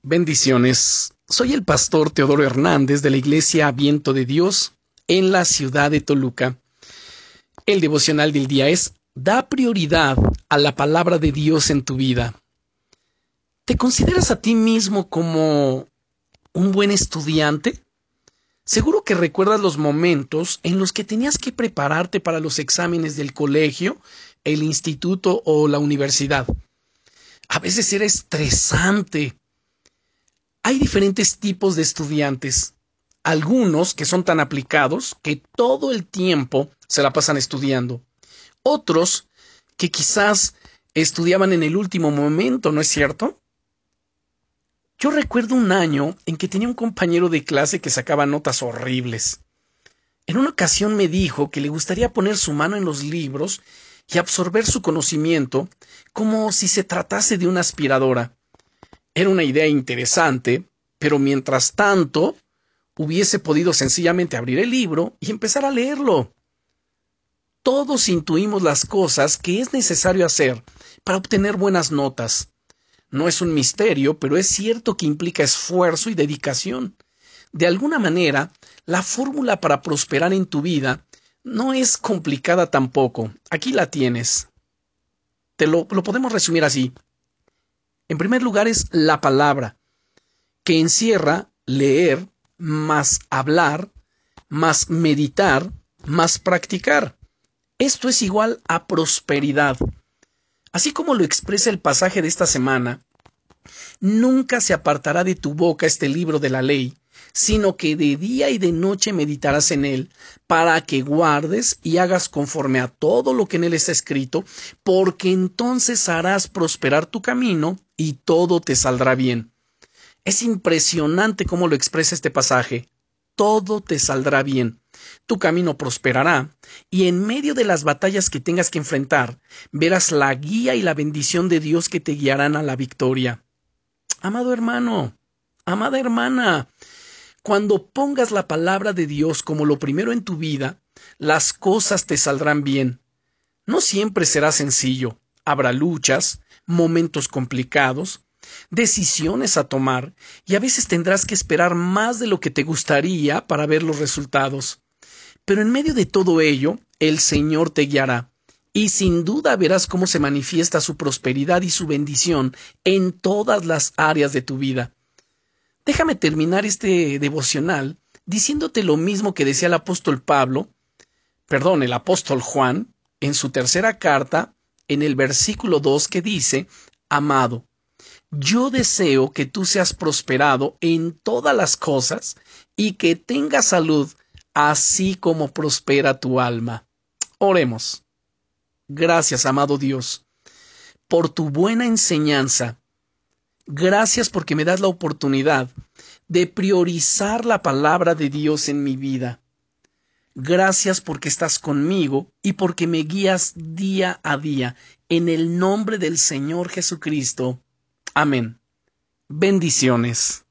Bendiciones. Soy el pastor Teodoro Hernández de la Iglesia Viento de Dios en la ciudad de Toluca. El devocional del día es: da prioridad a la palabra de Dios en tu vida. ¿Te consideras a ti mismo como un buen estudiante? Seguro que recuerdas los momentos en los que tenías que prepararte para los exámenes del colegio, el instituto o la universidad. A veces era estresante. Hay diferentes tipos de estudiantes. Algunos que son tan aplicados que todo el tiempo se la pasan estudiando. Otros que quizás estudiaban en el último momento, ¿no es cierto? Yo recuerdo un año en que tenía un compañero de clase que sacaba notas horribles. En una ocasión me dijo que le gustaría poner su mano en los libros y absorber su conocimiento como si se tratase de una aspiradora. Era una idea interesante, pero mientras tanto hubiese podido sencillamente abrir el libro y empezar a leerlo. Todos intuimos las cosas que es necesario hacer para obtener buenas notas. No es un misterio, pero es cierto que implica esfuerzo y dedicación. De alguna manera, la fórmula para prosperar en tu vida no es complicada tampoco. Aquí la tienes. Lo podemos resumir así. En primer lugar es la palabra, que encierra leer, más hablar, más meditar, más practicar. Esto es igual a prosperidad. Así como lo expresa el pasaje de esta semana: nunca se apartará de tu boca este libro de la ley, sino que de día y de noche meditarás en él, para que guardes y hagas conforme a todo lo que en él está escrito, porque entonces harás prosperar tu camino y todo te saldrá bien. Es impresionante cómo lo expresa este pasaje. Todo te saldrá bien. Tu camino prosperará, y en medio de las batallas que tengas que enfrentar, verás la guía y la bendición de Dios que te guiarán a la victoria. Amado hermano, amada hermana, cuando pongas la palabra de Dios como lo primero en tu vida, las cosas te saldrán bien. No siempre será sencillo. Habrá luchas, momentos complicados, decisiones a tomar, y a veces tendrás que esperar más de lo que te gustaría para ver los resultados. Pero en medio de todo ello, el Señor te guiará, y sin duda verás cómo se manifiesta su prosperidad y su bendición en todas las áreas de tu vida. Déjame terminar este devocional diciéndote lo mismo que decía el apóstol Juan, en su tercera carta, en el versículo 2, que dice: Amado, yo deseo que tú seas prosperado en todas las cosas y que tengas salud, así como prospera tu alma. Oremos. Gracias, amado Dios, por tu buena enseñanza. Gracias porque me das la oportunidad de priorizar la palabra de Dios en mi vida. Gracias porque estás conmigo y porque me guías día a día. En el nombre del Señor Jesucristo. Amén. Bendiciones.